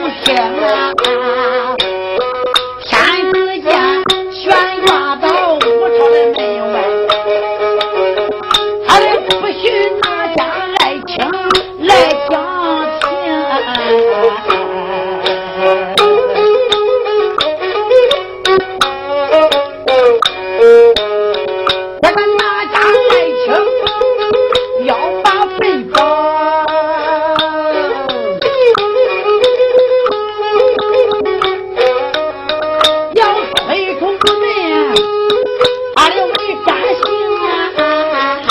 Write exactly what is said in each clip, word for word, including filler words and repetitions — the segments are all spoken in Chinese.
兴啊，天子见悬挂到武朝的门外，他的不许哪家爱卿来讲情。这个哪家爱卿要把背包要推出门，他的为战行啊，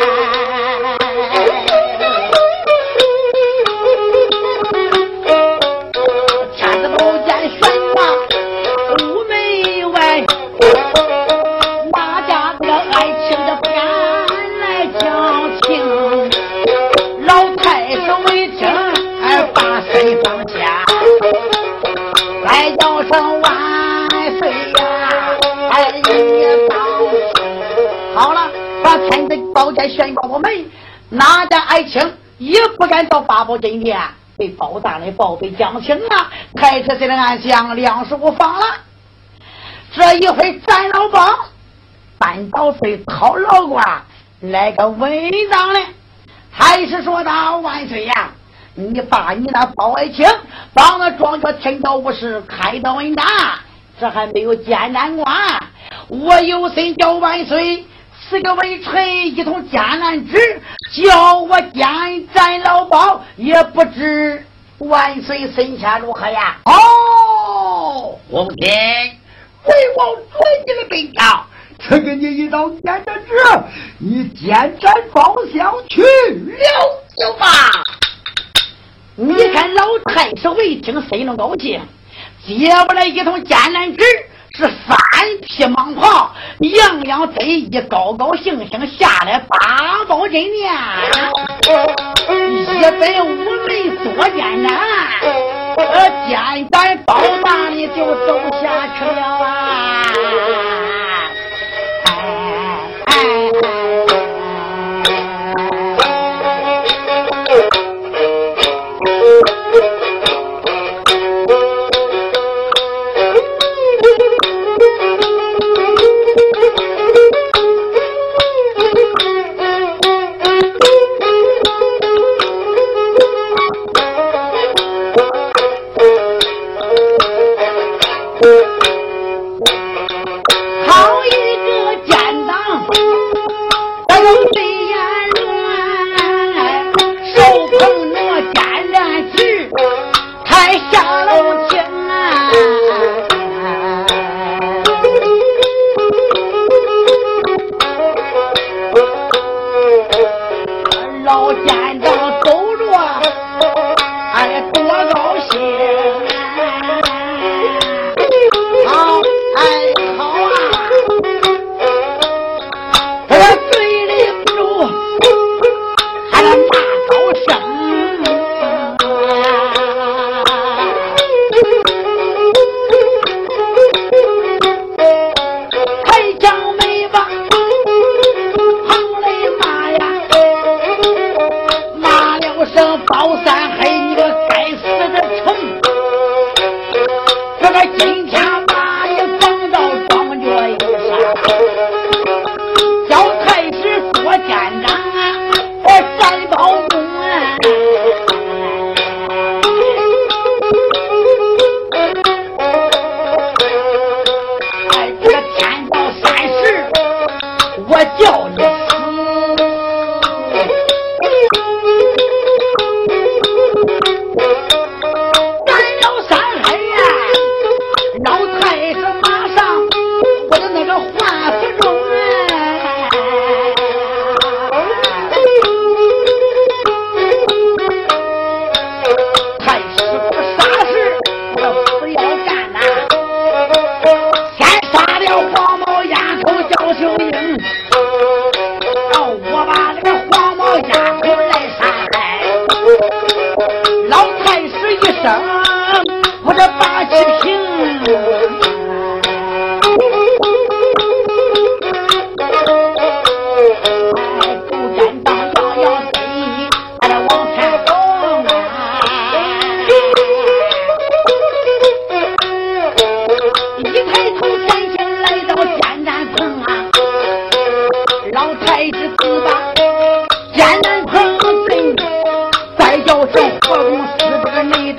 天子宝剑悬挂屋门外，哪家这个爱卿的不敢来讲情，老太守一听而把身放下，再叫声万岁呀，哎一道好了，把天子宝剑悬挂我们，哪家爱卿也不敢到八宝金殿被包大人报备讲情啊，开车虽然暗想两十五方了。这一回咱老帮半岛费讨老瓜来个文章嘞，还是说他万岁呀，你把你那包爱卿帮那庄家天道武士开到文章，这还没有艰难关，我有心叫万岁赐个微臣一通艰难旨，叫我见咱老包也不知万岁身下如何呀。 哦，皇天为我准你的禀告，赐给你一道简单旨，你见斩方向去了就吧。 你看老太守一听心中高兴，接过来一通艰难旨，是三匹蟒袍，样样得意，高高兴兴下来八宝金殿，一本五门多艰难，呃，简单包大你就走下去了啊！哎哎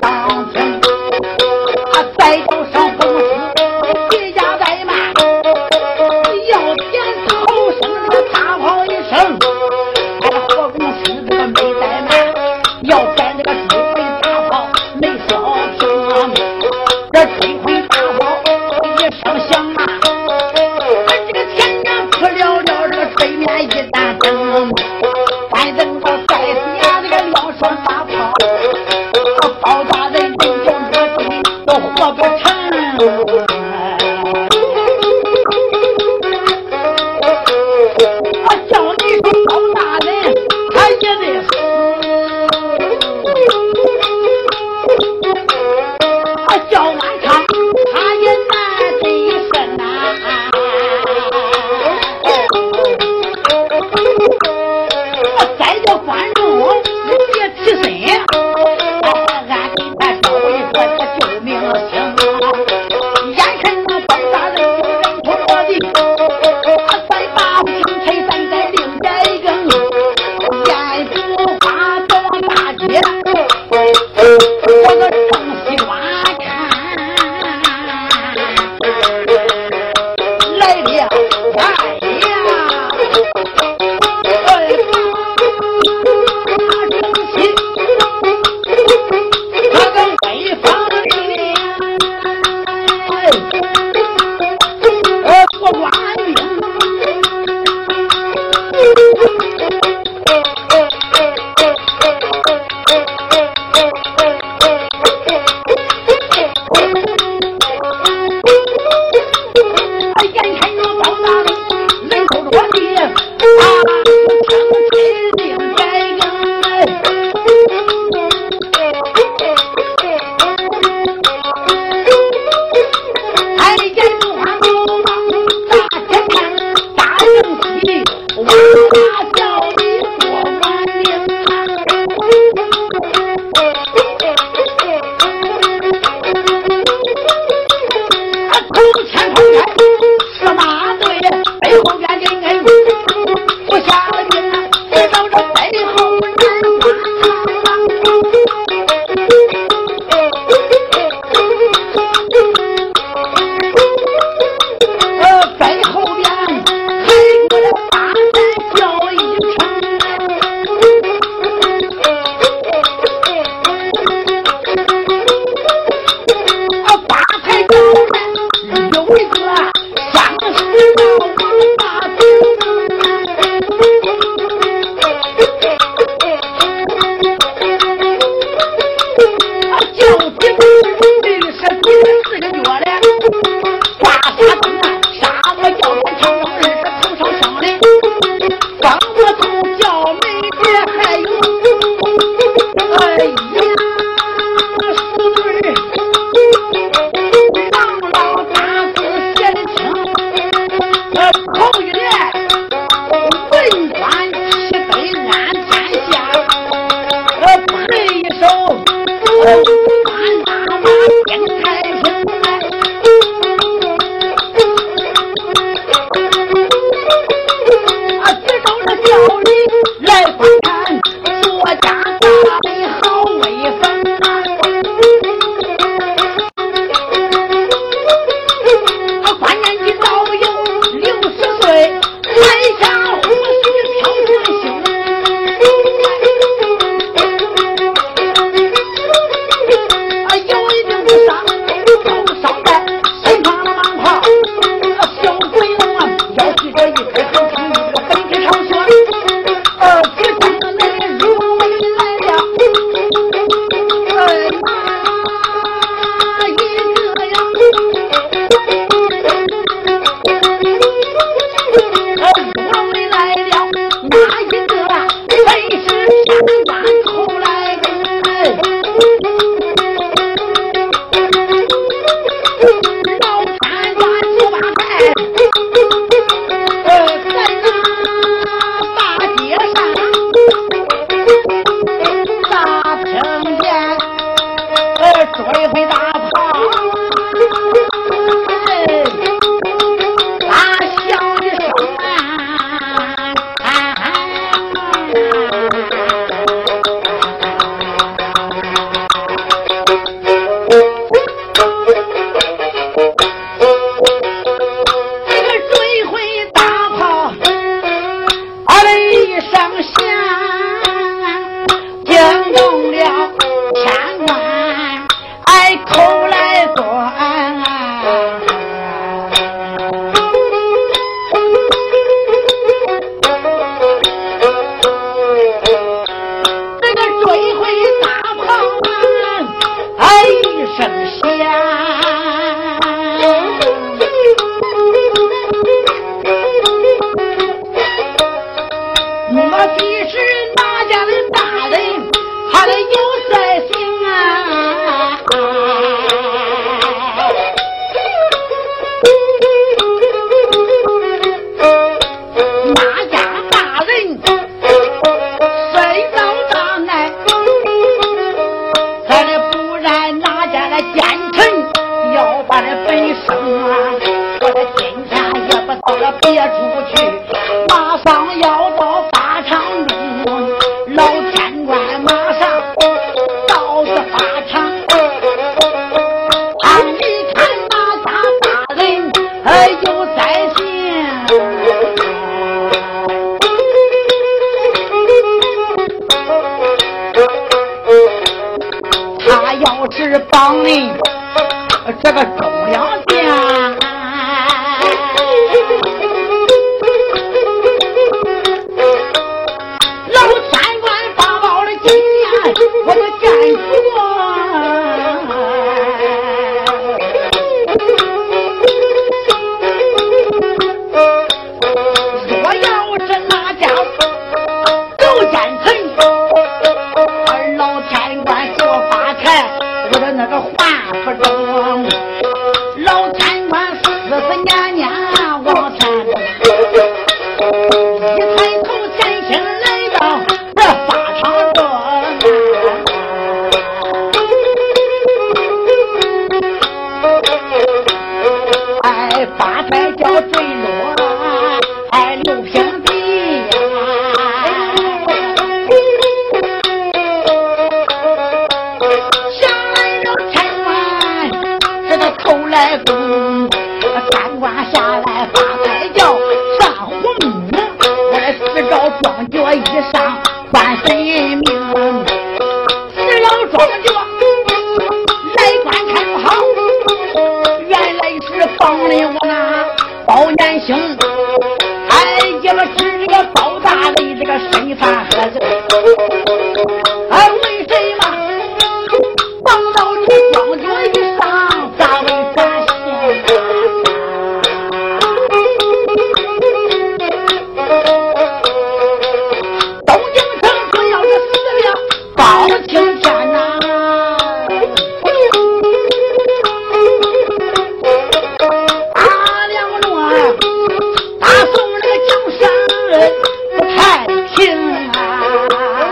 当庭，啊，再叫上公司回家怠慢，要见头生这个大跑一声，哎，何公司这个没怠慢，要见这个追回大炮没消停，这追回大炮一声响啊，俺这个天娘可了了这个水面一担灯，反正到在下这个两双大炮，包大人人就这地都活不成。我叫你说包大人他也得死，我叫满场他也难得身呐。我再叫观众你别提身，俺给他找一个这个救命星，眼看那包大人就人头落地，再把青菜再再另摘一根，烟竹花到大街，我个正喜欢看，来了来呀，哎，他正喜他个威风的，呃，我官兵。哎，眼看着包大人人头落地，啊，枪锤另摘根，哎，眼珠花目大天看大正气，哇哇叫你过完命啊，头前头开是马队，背后边给人我下了命啊，知道这背后人呃，背后边还过来八山叫一声，啊，八抬高山有一个相识到王大啊，叫几个律师几个四个月的，刮痧灯啊，杀我叫天长王二是头上生的，帮我头叫没别还有，哎呀，数对郎老大字写的清，呃，头一联文官齐飞安天下，呃，配一首呃，三大马天太平。 头来钻。这个追回大炮哎一声响，莫非是哪家的大人他的有色性啊？哪家大人身遭大难，咱这不然哪家的奸臣要把这本生啊，我的今天也不到了别处去，马上要到法场中，老天官马上到这法场，啊，你看哪家大人哎有灾星，他要是帮你这个中央将，老天官发报了今年我就干活，若要是哪家有奸臣，而老天官给我发财，我的那个还不中，老天官四十年年往前走，一抬头前行来到这法场中，哎，发财叫坠落，哎，六平地呀，下来了天官这个头来攻，三官下来发财叫上红木，我的四招庄脚以上万岁命，四老庄脚来观看不好，原来是帮了我那包年兴，哎，也不是这个包大的这个身犯喝酒，哎，为什么帮到这庄脚以上咋为咱行？东京城主要是死了包青天呐，阿良诺打送那个江山不太平啊，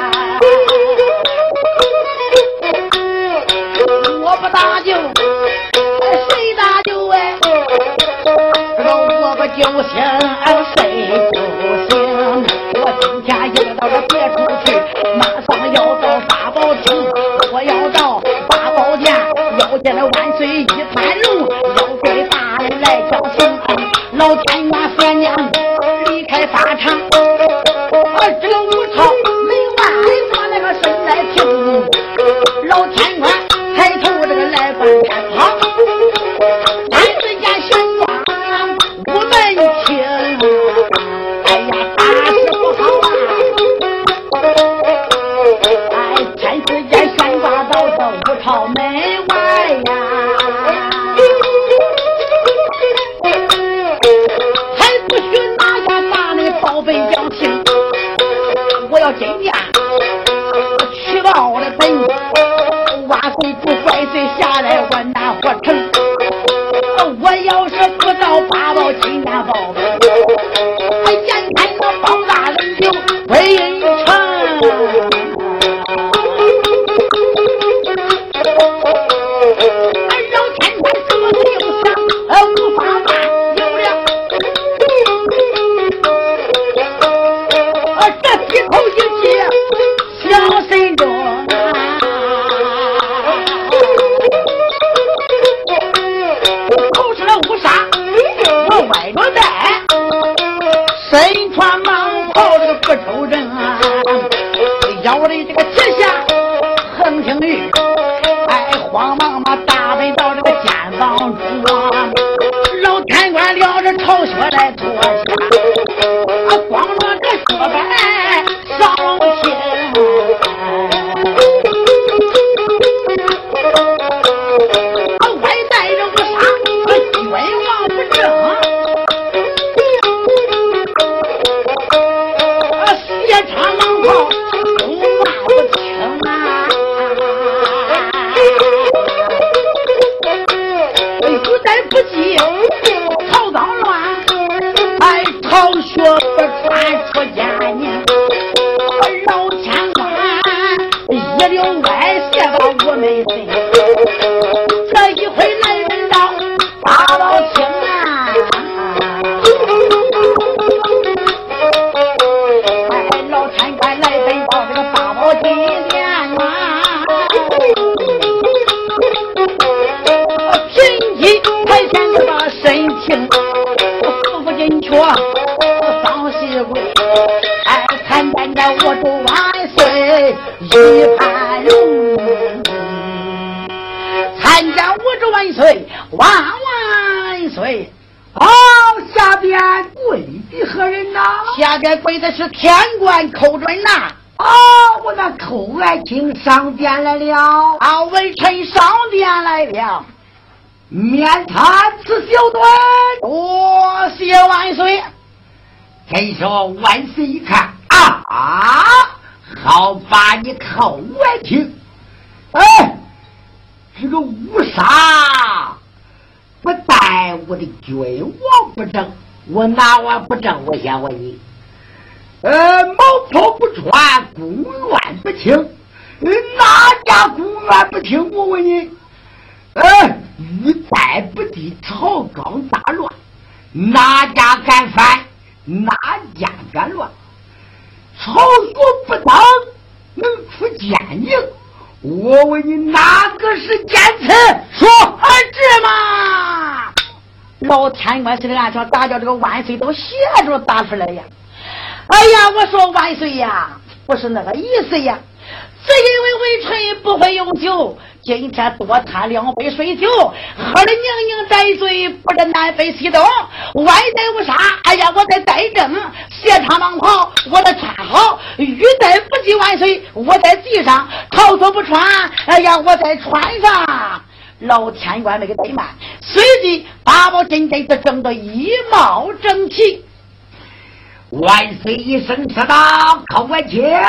我不打救谁打救哎，这个我不救星谁救星，我今天也到了别处去，马上要到八宝厅，我要到八宝殿，要见了万岁一盘龙，要给大人来交情，老天官三年离开法场，而这个武朝门外我那个身来听，老天官抬头这个来观看好，三岁间玄光无门清，哎呀大事不好啊，哎天子间悬挂到这武朝门外呀，还不许哪家大人报备讲情，我要今天取到我的本，万岁不怪罪下来我难活成，我要是不到八宝今天报备，我眼看着包大人就围城，老天官这么又想呃无法办，有了呃这几口一气想心中啊，口吃了乌纱我歪着带，身穿蟒袍这个不抽人啊，腰里这个铁下横青玉，哎慌忙嘛大参加我这万岁，万万岁！ 哦，下边跪的何人呐？ 下边跪的是天官寇准呐。 哦，我那寇爱卿上殿来了。 啊，微臣上殿来了。 免谈此小短， 多谢万岁。 再说万岁一看啊啊，好把你寇爱卿，哎，这个乌纱不带我的君王不正，我哪碗不正？我先问你，呃，毛袍不穿，宫院不清，哪家宫院不清？我问你，哎，欲代不敌，朝纲大乱，哪家敢反？哪家敢乱？朝所不当，能出奸淫？我问你，哪个是奸臣？说儿子嘛！ 老天官是的按照打叫这个万岁都写着打出来呀！哎呀，我说万岁呀，不是那个意思呀，只因为微臣不会用酒，今天多贪两杯水酒，喝的宁宁带醉，不知南北西东，外带无纱，哎呀，我在带正，斜长蟒袍，我的穿好，玉带不及万岁，我在系上，逃脱不穿，哎呀，我在穿上。老天官那个怠慢，随即八宝金针就整得一貌整齐。 万岁一声说道：“寇爱卿，为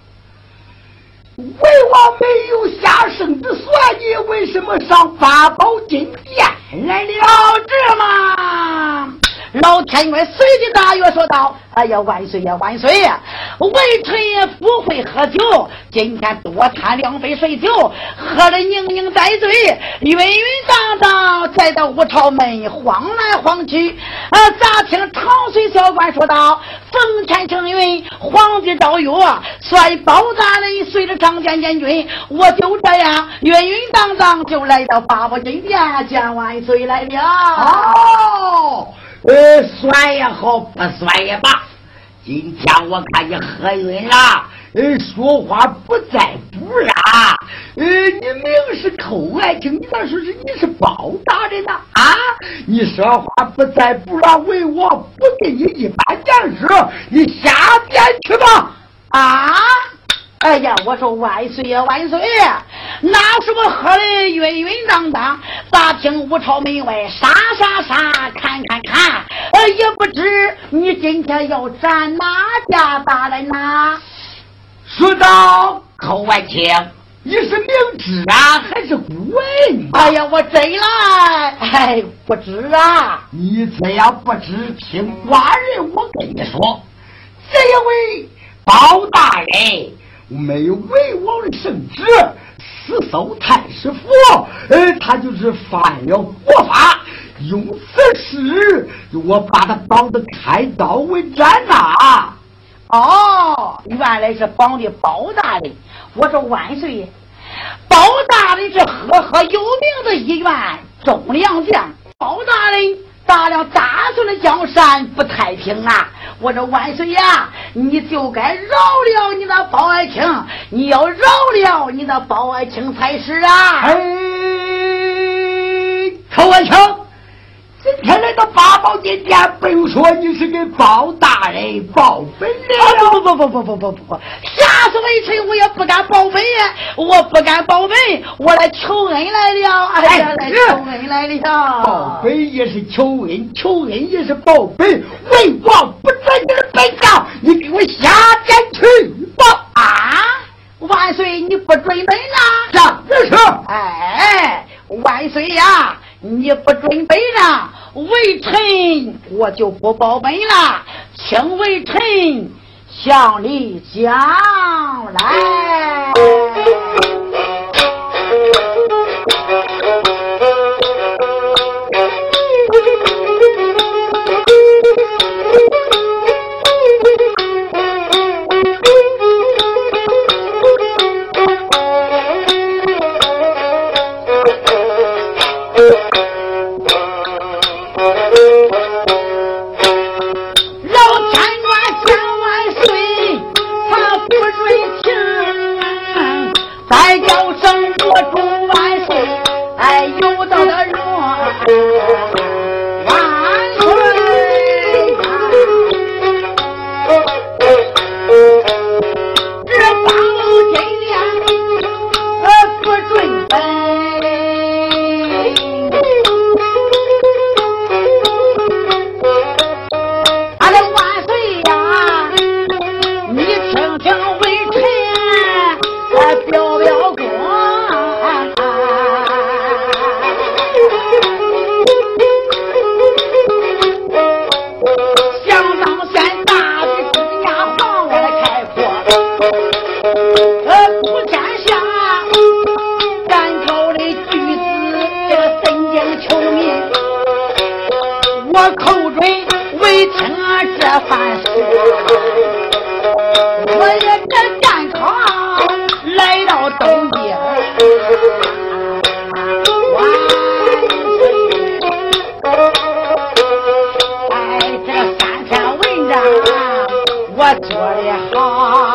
王没有下圣之算，你为什么上八宝金殿来了？这吗？” 老天官随即大约说道：“哎呀，万岁呀，万岁呀！微臣也不会喝酒，今天多贪两杯水酒，喝得宁宁带醉，晕晕荡荡，再到五朝门晃来晃去。啊，咋听长随小官说道：风前成云，皇帝诏曰，率包大人随着上殿见君。我就这样晕晕荡荡，就来到八宝金殿见万岁来了。” 哦。呃，算也好，不算也罢。今天我看你喝晕了，呃，说话不在不然。呃，你明是寇爱卿，你那说是你是包大人呐？啊，你说话不在不然，为我不给你一般见识，你下殿去吧。 啊！哎呀，我说万岁呀，万岁呀！那时候喝的晕晕荡荡，打听五朝门外杀杀杀，看看看，呃，也不知你今天要斩哪家大人呐？ 说到寇爱卿，你是明知啊，还是不问？ 哎呀，我真来，哎，不知啊。 你这样不知，听寡人我跟你说，这因为包大人没有为王的圣旨，死守太师府，呃，他就是犯了国法，用此事我把他绑得开刀为斩呐！ 哦，原来是绑的包大人。我说万岁爷，包大人是赫赫有名的一员忠良将，包大人大量打碎了江山不太平啊！我说万岁呀，你就该饶了你那包爱卿，你要饶了你那包爱卿才是啊！ 哎，寇爱卿，今天来到八宝金殿，不用说你是给包大人报本了。 啊、不不不不不不不不，吓死微臣我也不敢报本呀，我不敢报本，我来求恩来了，哎呀，来求恩来了。 报本也是求恩，求恩也是报本，为王不准你的本账，你给我下殿去吧！ 啊，万岁，你不准本呐？ 上这是。 哎，万岁呀！你不准备呢，微臣我就不报本了，请微臣向你讲来。在我寇准为听这番事，我也这赶考来到东京，万岁！哎，这个三篇文章我做的好，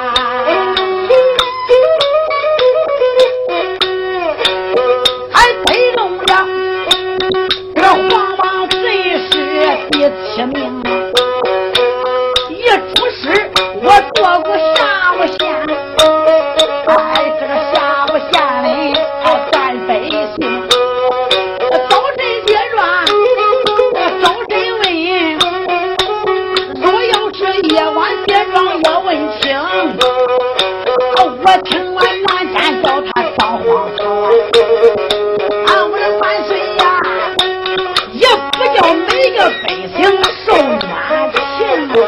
还推动了这个皇王最是第七名。一出师我做过沙悟县，哎，这个沙悟县里干百姓，早晨接转，早晨问，若要是夜晚接转要问清，我听完南山叫他上荒草，啊，我的万岁呀，也不叫每个百姓受冤情。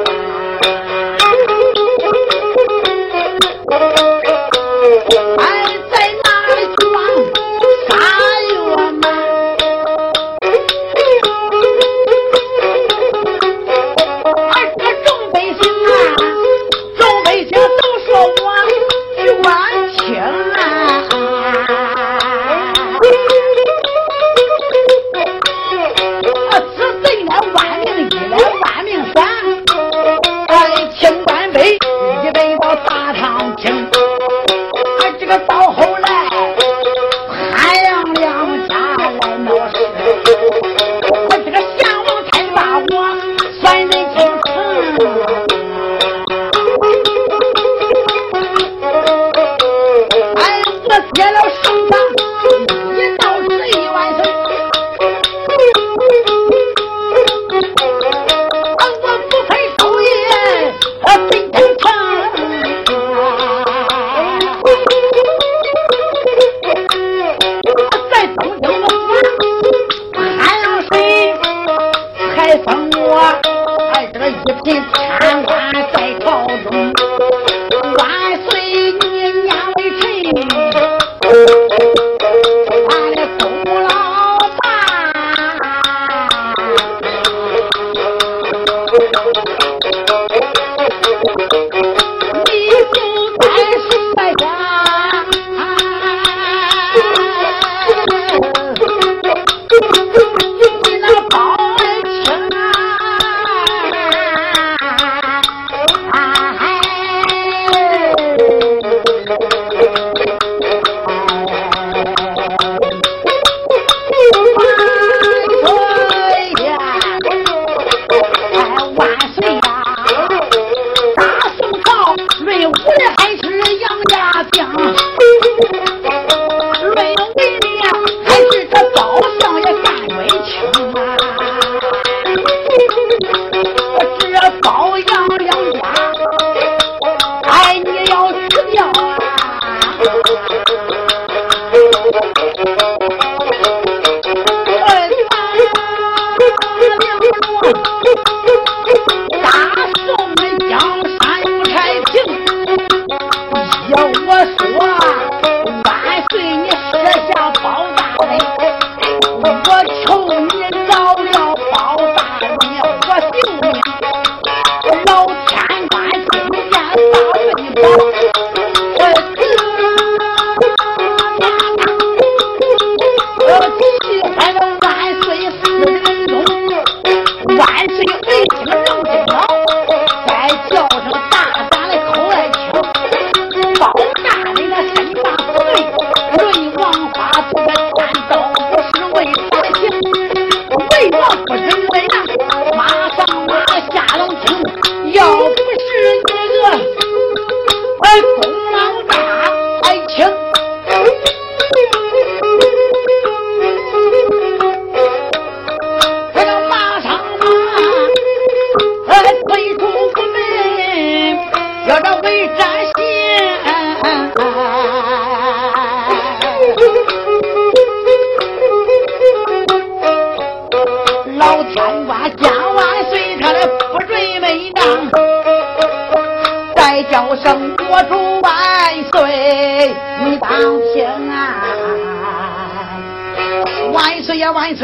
哎，在哪里装撒药嘛？而这众百姓啊，众百姓都说我冤情啊！啊，此贼来万命一来万命三，哎，清官杯一杯到大堂厅。这个到后来汉阳两家来闹事，我这个项王太大我算人京城，哎，我接了圣上一到十一万岁，啊，我不配守爷我真真诚。封我哎，这个一品贪官在朝中，万岁你年为臣，俺的功劳大，你就在说呀，你那包声我祝万岁，你当听啊！万岁呀万岁！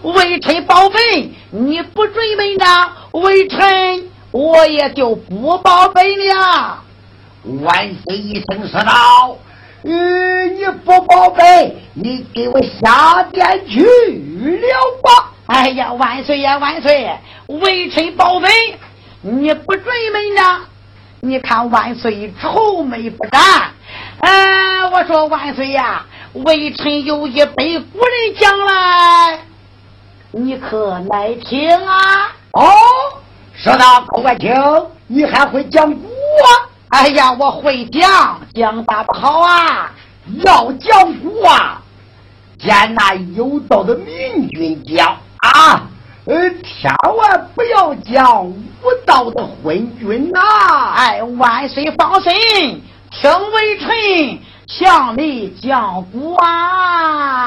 微臣报备，你不准备呢，微臣我也就不报备了。 万岁一声说道：“嗯，你不报备，你给我下殿去了吧！” 哎呀，万岁呀，万岁！微臣报备，你不准备呢？你看万岁愁眉不展。呃，我说万岁呀，微臣有一杯古人讲来，你可来听啊？ 哦，说到口快听，你还会讲古啊？ 哎呀，我会讲，讲大不好啊！ 要讲古啊，见那有道的明君讲啊，呃，千万不要讲无道的昏君呐、啊！ 哎，万岁放心，听微臣向你讲古啊！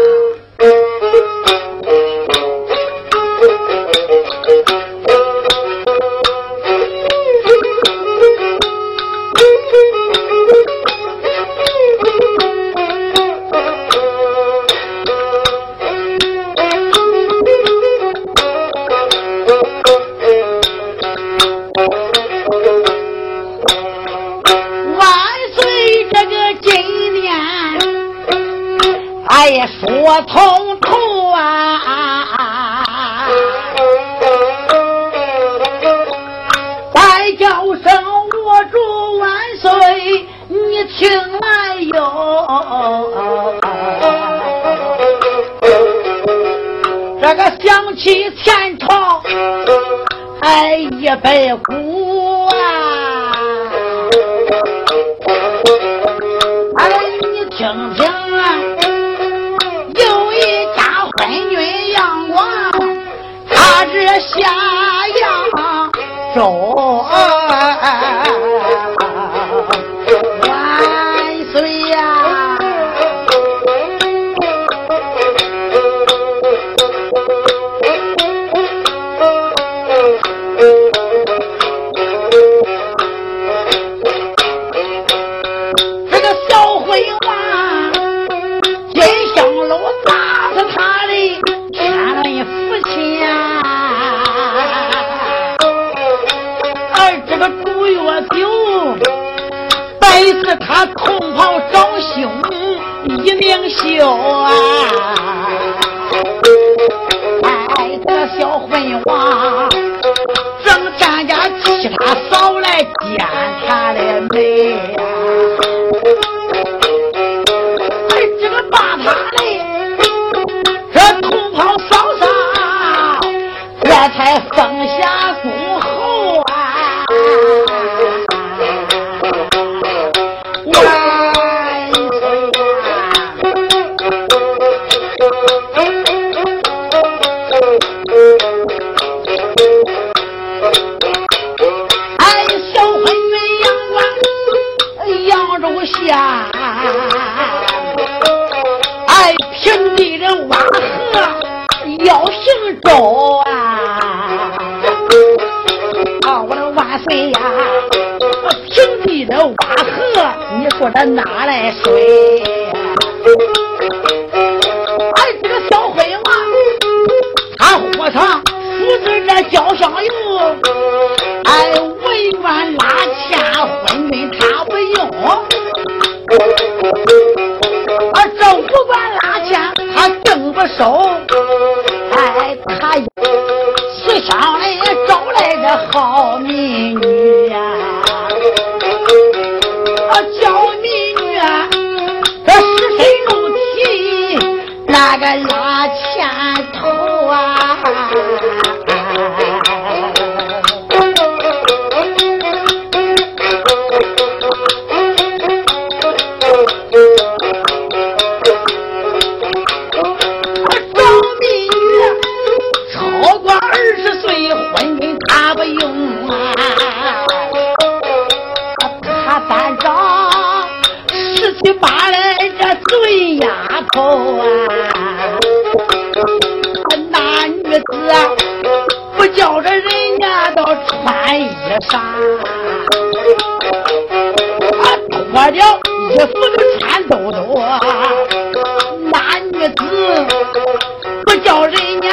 哎，说通透啊！再叫声我祝万岁，你听来哟。这个想起前朝，哎，一杯古啊！哎，你听听啊！昏君阳光，他是下扬州，万岁呀！这个小昏王金香楼打死他的天人父亲啊！而这个朱月九本是他同袍长兄一名秀啊！哎，这个小昏王正站家替他嫂来见他的妹啊！把他的这同袍嫂嫂，这才封下公后啊！万岁啊！哎，小昏君阳光扬州下。平地人挖河要行舟啊！啊，我的万岁呀！平地人挖河，你说这哪来水？哎，这个小灰娃，他火上梳子这焦香油，哎，文官拉纤昏君他不用。啊，政府官拉纤他更不收，哎，他慈祥来招来这好民女呀、啊，叫民女啊，这是谁弄起那个拉纤头啊？把来这嘴丫头啊，那女子啊，不叫这人家都穿衣裳，啊，脱掉衣服都穿兜兜啊，那女子不叫人家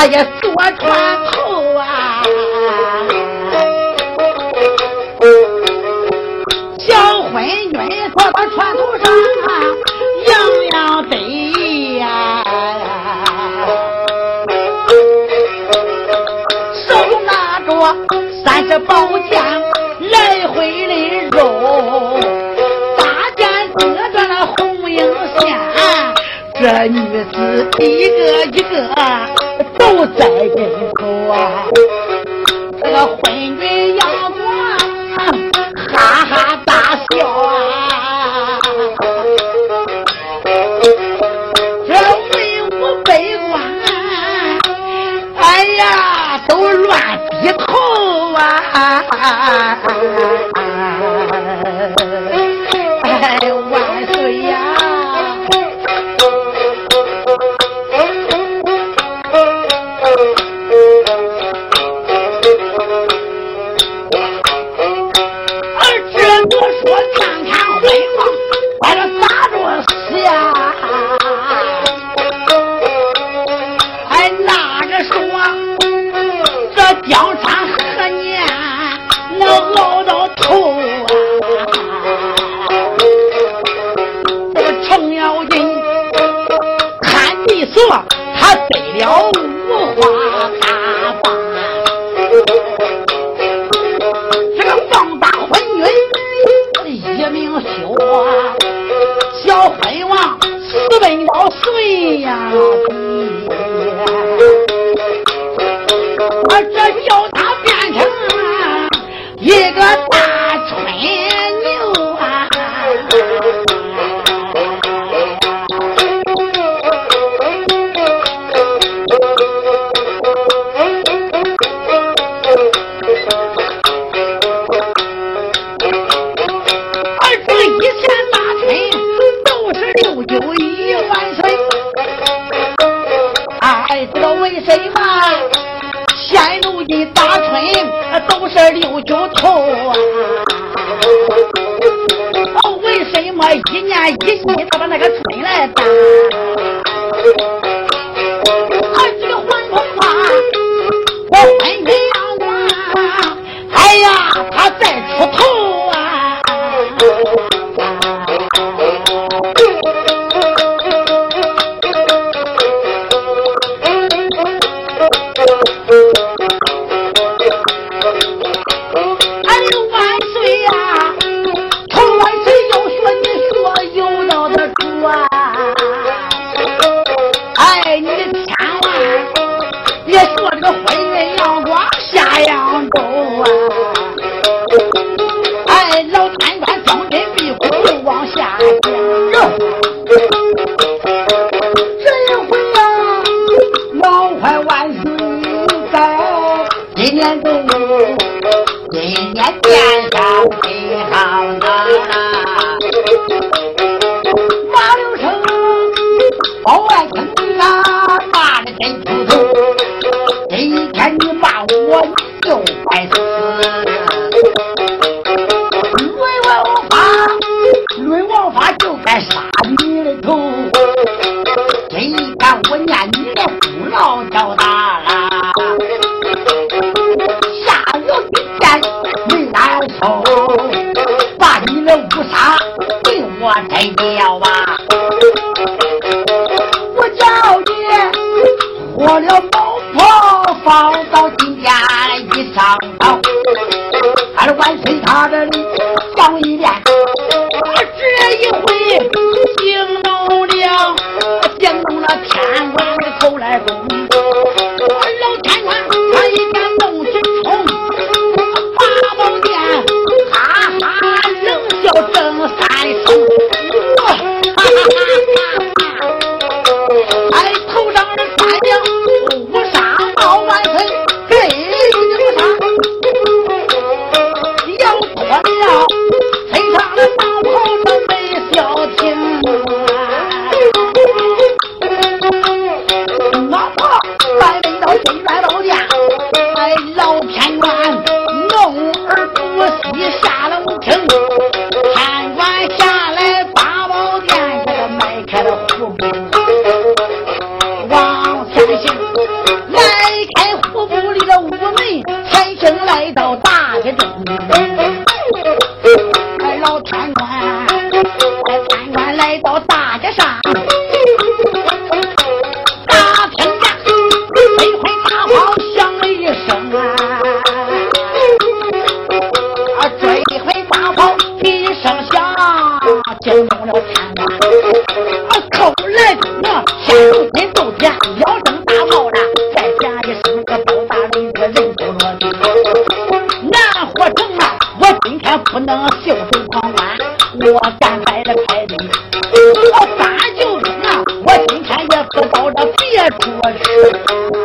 也坐船头啊，小昏君坐到船头上啊，洋洋得呀，手拿着三十宝剑来回的揉，大剑遮着那红缨线，这女子一个一个都在跟头啊，这个昏君阳光哈哈大笑啊，这文武百官哎呀都乱低头啊，哎万岁呀，江山何年能熬到头啊？这个程咬金看地所，他得了五花大绑，这个放大昏君一命休啊，小昏王私奔到隋呀。这叫他变成一个大春牛啊！而这一线大春都是六九一万岁，哎，知道为谁吗？现如今大春都是六九头啊，为什么一年一季他把那个春来打？而这个还恐怕我昏君阳光，哎呀，他再出头啊！身上的惊动了贪官，啊，口来我天都天都天，摇声大炮了，再加一声个包大人个人头落地。南火城啊，我今天不能袖手旁观，我赶快的派人，我八九兵啊，我今天也不到这别处去。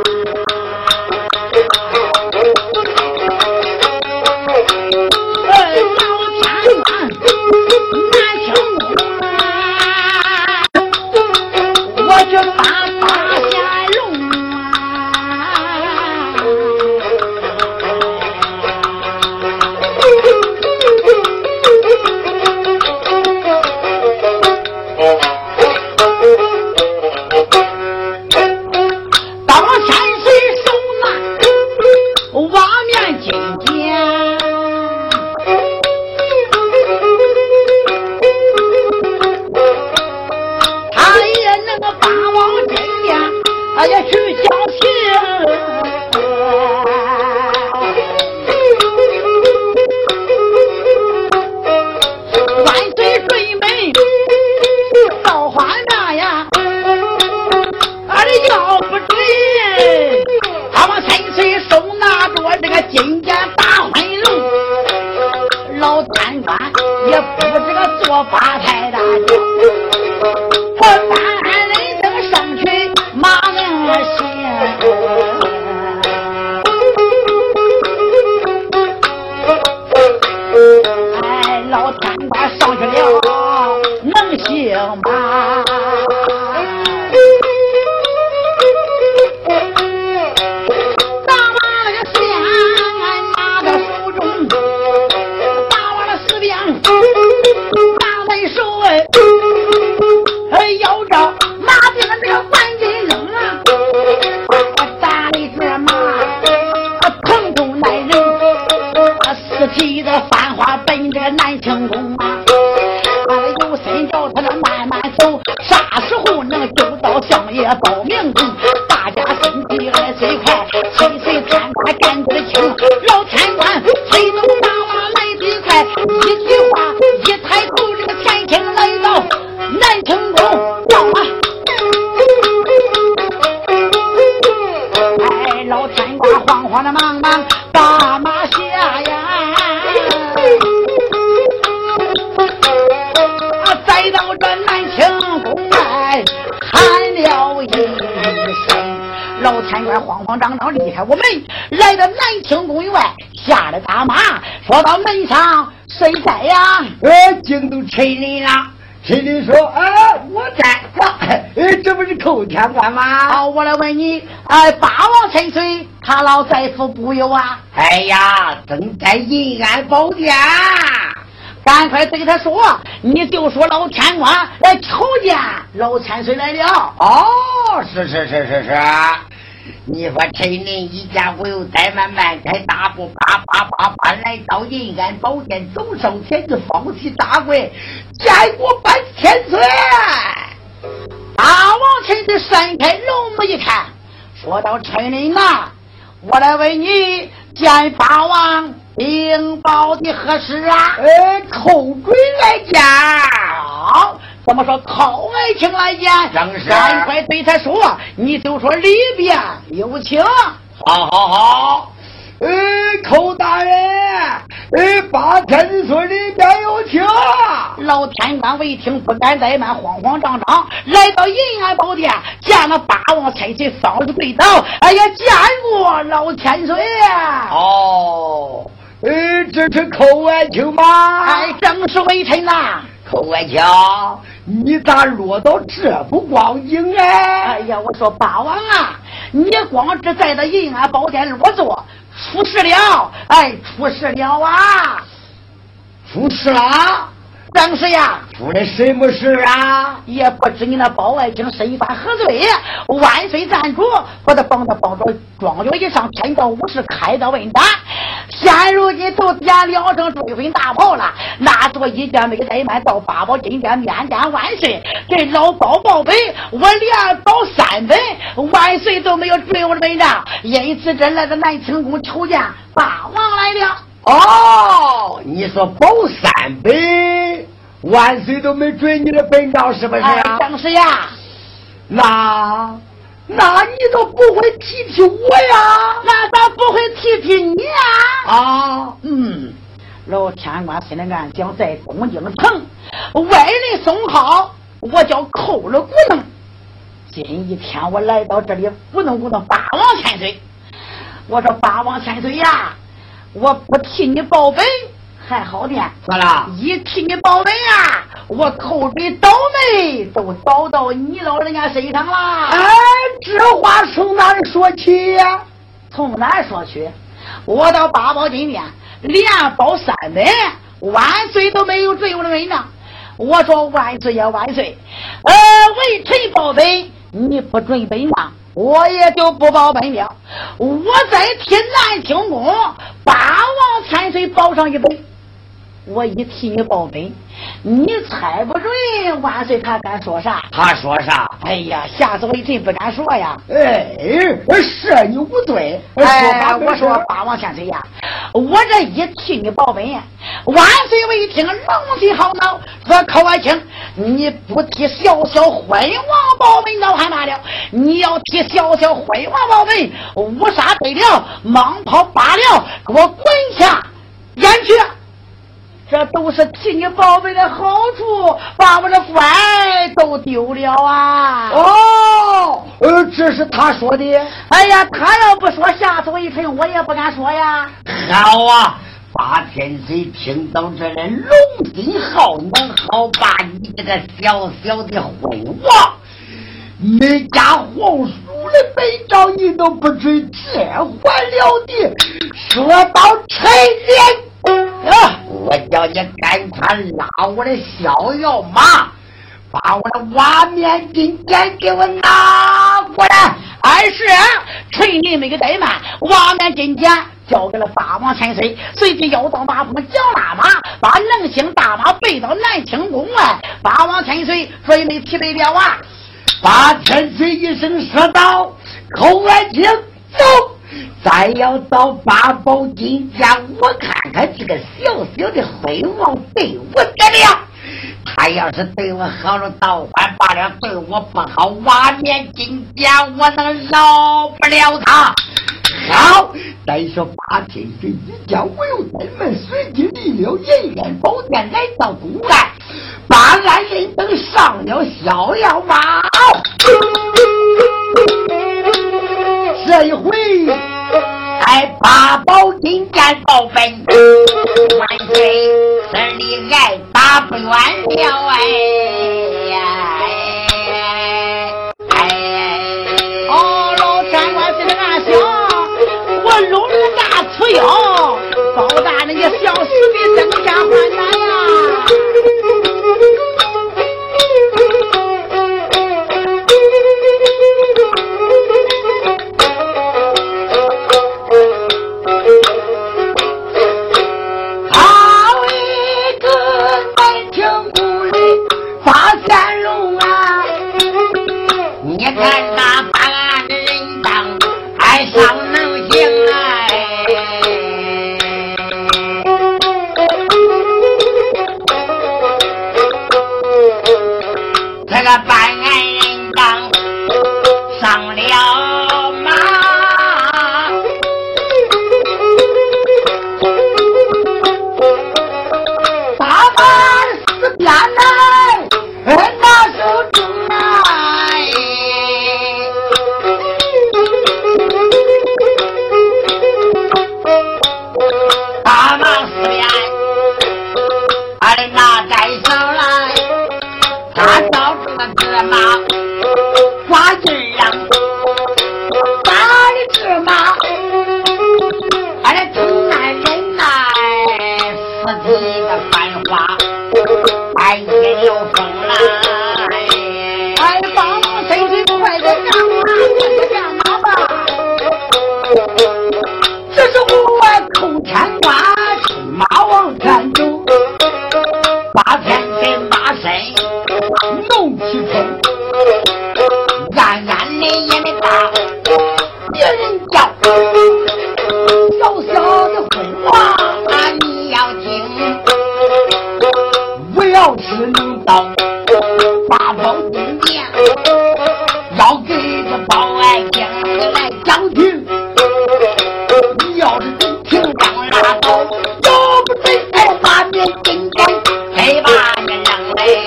我们来到南清宫外，下了大马，说到门上谁在呀？ 哎，京都陈林了。陈林说：“哎，我在。哎，这不是寇天官吗？” 好，我来问你，哎，八王千岁他老在府不有啊？ 哎呀，正在银安宝殿。 赶快对他说，你就说老天官来求见老千岁来了。 哦，是是是是是。你说陈林一家我又怠慢慢开大步啪啪啪啪来到银安宝殿，走上前去方起大跪，见过本千岁。 大王千岁扇开龙目一看，说到陈林啊，我来问你，见八王禀报的何事啊？ 哎，寇准来见。 好，怎么说寇爱卿来见？ 正是。 赶快对他说，你就说里边有请。 好好好。哎，寇大人，哎，八千岁里边有请。 老天官未听，不敢怠慢，慌慌张张来到银安宝殿，见了八王千岁，方是跪倒。哎呀，见过老千岁啊！ 哦，哎，这是寇爱卿吗？ 哎，正是微臣呐。 寇爱卿，你咋落到这副光景哎？ 哎呀，我说八王啊，你光是在这银安宝殿落座，出事了！哎，出事了啊！ 出事了？ 正是呀。 出了什么事啊？ 也不知你那包爱卿身犯何罪？万岁赞主，把他绑他绑着状元一上天道武士开刀问斩。现如今都点两声追魂大炮了，那做一件没怠慢到八宝金殿面见万岁，给老包报备，我连保三本，万岁都没有追我的本账，因此这来到南清宫求见八王来了。 哦，你说保三本， 万岁都没准你的本账，是不是？ 哎，正是呀。 那那你都不会提提我呀？ 那咋不会提提你呀？ 啊， 嗯，老天官心里暗想，在东京城外人送号，我叫扣了骨头。今一天我来到这里，咕咚咕咚八王千岁。我说八王千岁呀，我不替你报本还好点， 咋了？ 一替你报本呀，我口水倒霉都倒到你老人家身上了。 哎，这话从哪里说起呀？ 从哪儿说起？我到八宝金殿连报三本，万岁都没有准我的文章。我说万岁呀万岁，呃，微臣报本，你不准本章，我也就不报本了。我再替南清宫八王千岁报上一本。我一替你报本，你猜不准万岁他敢说啥？ 他说啥？ 哎呀，吓死我一阵不敢说呀！ 哎，是你无罪。 哎，我说八王千岁呀，我这一替你报本，万岁我一听龙心好恼，说寇爱卿，你不替小小昏王报本倒还罢了，你要替小小昏王报本，乌纱对了，蟒袍罢了，给我滚下眼去！这都是替你报备的好处，把我的官都丢了啊！ 哦，呃，这是他说的。 哎呀，他要不说，吓死我一听，我也不敢说呀。 好啊，八千岁听到这来，龙心好能好，把你这个小小的昏王，你家皇叔的本账你都不准这还了的，说到陈年啊！我叫你赶快拉我的逍遥马，把我的瓦面金剑给我拿过来。 哎，是啊，陈林没个怠慢，瓦面金剑交给了八王千岁，随即腰刀马步脚拉马，把能行大马背到南清宫外。八王千岁准备齐备了啊！ 八千岁一声说道：“寇爱卿，走！再要到八宝金家，我看看这个小小的昏王对我怎么样。他要是对我好了，倒还罢了；对我不好，瓦面金家我能饶不了他。”好，再说八千岁一家我又登门，随即离了银眼宝殿，来到宫外，把俺人等上了逍遥马。这一回在八宝金殿报本，万岁这里爱打不远了哎呀！哎， 哦，老天官心里暗想，我搂着大粗腰，包大那个小死逼增加患难呀！ 看他把俺的人当还上能行哎，这个把俺人当上了马，打马四边来，拿手中来。大马四边，俺拿在手来，他照这个芝麻抓劲儿啊，打的芝麻，俺的同爱人呐，死几个繁花，白天有风来， 哎，帮忙谁谁快点干嘛？快点干嘛吧！ 这是我外寇天官出马往前走，八天神马身弄起风，暗暗的也没大，别人叫小小的昏王，你要听，不要只能到八宝金殿，要给这保安将来讲听。你要是真听让拉倒，要不真在把面金光，谁把你扔嘞？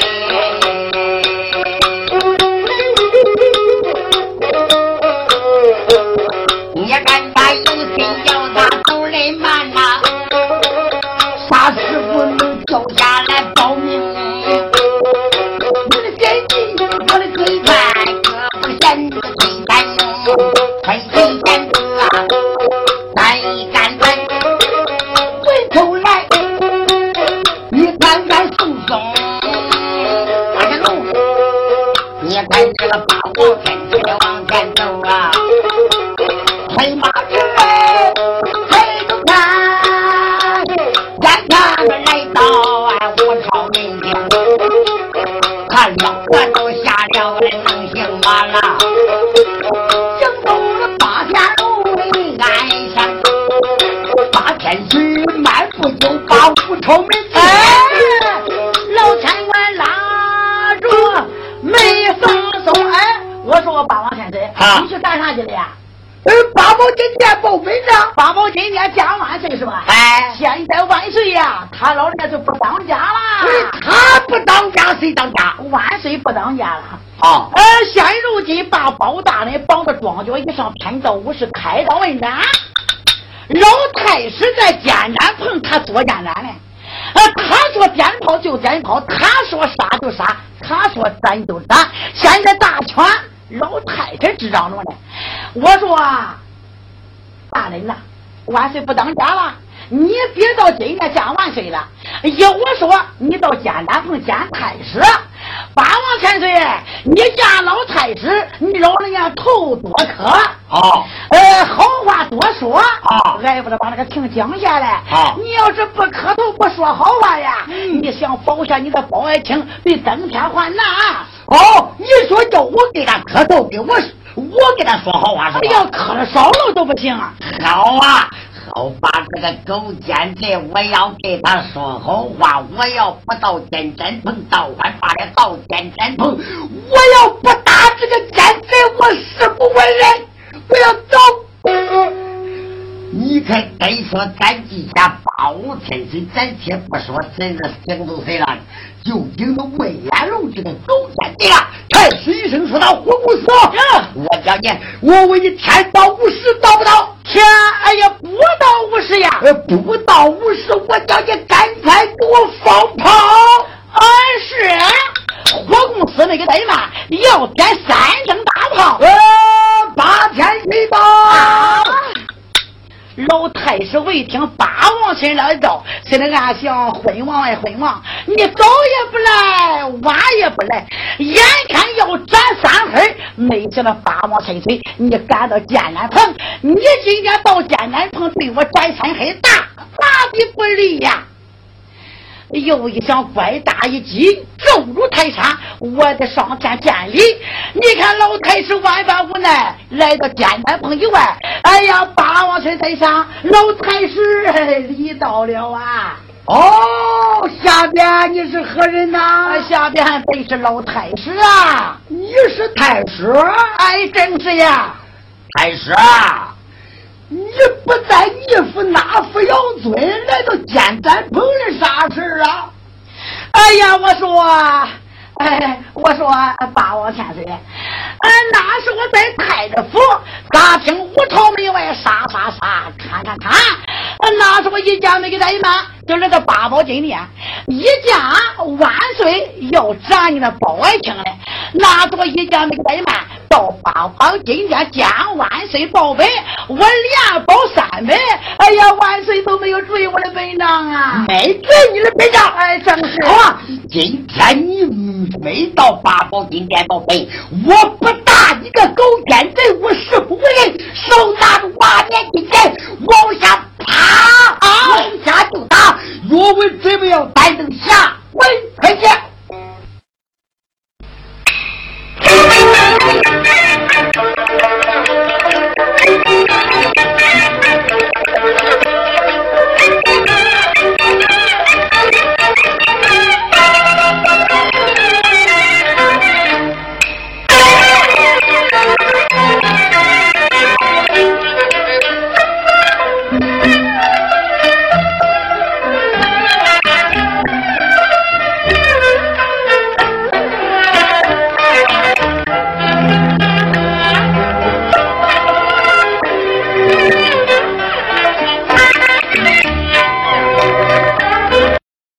你看他有心叫他走来慢呐，啥时候能跳下来保命？我的身体，我的腿快，可不显得腿单，腿腿单啊，难以干干。回头来，你看看宋松，大家路，你看这个八王天就往前走啊。黑马之哎，黑着看，眼看着来到俺武朝面前，看老我都下了能行吗啦？行走了八天路岸上，八天水漫步就把武朝门前， 哎，老参官拉住没放松。哎，我说我八王天水， 啊你去干啥去了呀？ 呃，八宝金殿报本上， 八宝金殿家万岁是吧？ 哎， 现在万岁呀，他老人家就不当家了。 他不当家谁当家？ 万岁不当家了。 啊， 呃，现如今把包大人绑到庄脚以上，天道武士开刀问斩。老太师在艰难棚，他做艰难呢。呃，他说颠炮就颠炮，他说杀就杀，他说斩就斩。现在大权老太太知道了呢。我说啊，大人呐，万岁不当家了，你别到今天见万岁了。要我说，你到艰难棚见太师。八王千岁，你见老太师，你老人家头多磕啊， 呃，好话多说啊， 挨不得把那个情讲下来啊。 你要是不磕头不说好话呀，嗯、你想保下你的保爱卿，得登天还难。 哦，你说叫我给他磕头，给我我给他说好话是吧？ 哎呀，磕了少了都不行啊。 好啊。好，把这个狗奸贼，我要给他说好话。我要不到监斩棚，到晚把他到监斩棚。我要不打这个奸贼，我誓不为人。我要走。你看，该说咱记下八五千岁，咱且不说谁的行走谁了，究竟的魏延龙这个狗奸贼啊！太师一声说道：“活不死！我叫你，我问你，天到五十到不到？ 天，哎呀，不到五十呀！ 呃，不到五十，我叫你赶快给我放炮！ 啊，是火公司那个怠慢，要点三声大炮。 呃，八天一到。 啊老太师未听八王亲来到，心里暗想：昏王哎，昏王，你早也不来，晚也不来，眼看要斩三黑，没想到八王亲随你赶到艰难棚，你今天到艰难棚对我斩三黑，大大的不利呀！又一想，怪大一击，骤如泰山，我的上天见礼。你看老太师万般无奈，来到艰难棚以外，哎呀，八王村在上，老太师礼到了啊！ 哦，下边你是何人呐？ 下边得是老太师啊！ 你是太师？ 哎，正是呀， 太师啊！你不在义府哪府姚尊来到监斩棚的啥事啊？ 哎呀，我说，哎，我说八王千岁，呃，那是我在太子府打听五朝门外杀杀杀，看看看，那是我一家没给怠慢，就来到八宝金殿，一家万岁要斩你的保爱卿嘞，那是我一家没给怠慢。到八宝金殿见万岁报本，我连报三本，哎呀，万岁都没有追我的本账啊！ 没追你的本账， 哎，正是。 好啊，今天你没到八宝金殿报本，我不打你个狗奸贼，我誓不为人。手拿着瓦面金剑往下啪，往下就打。若问怎么样才能下文快剑？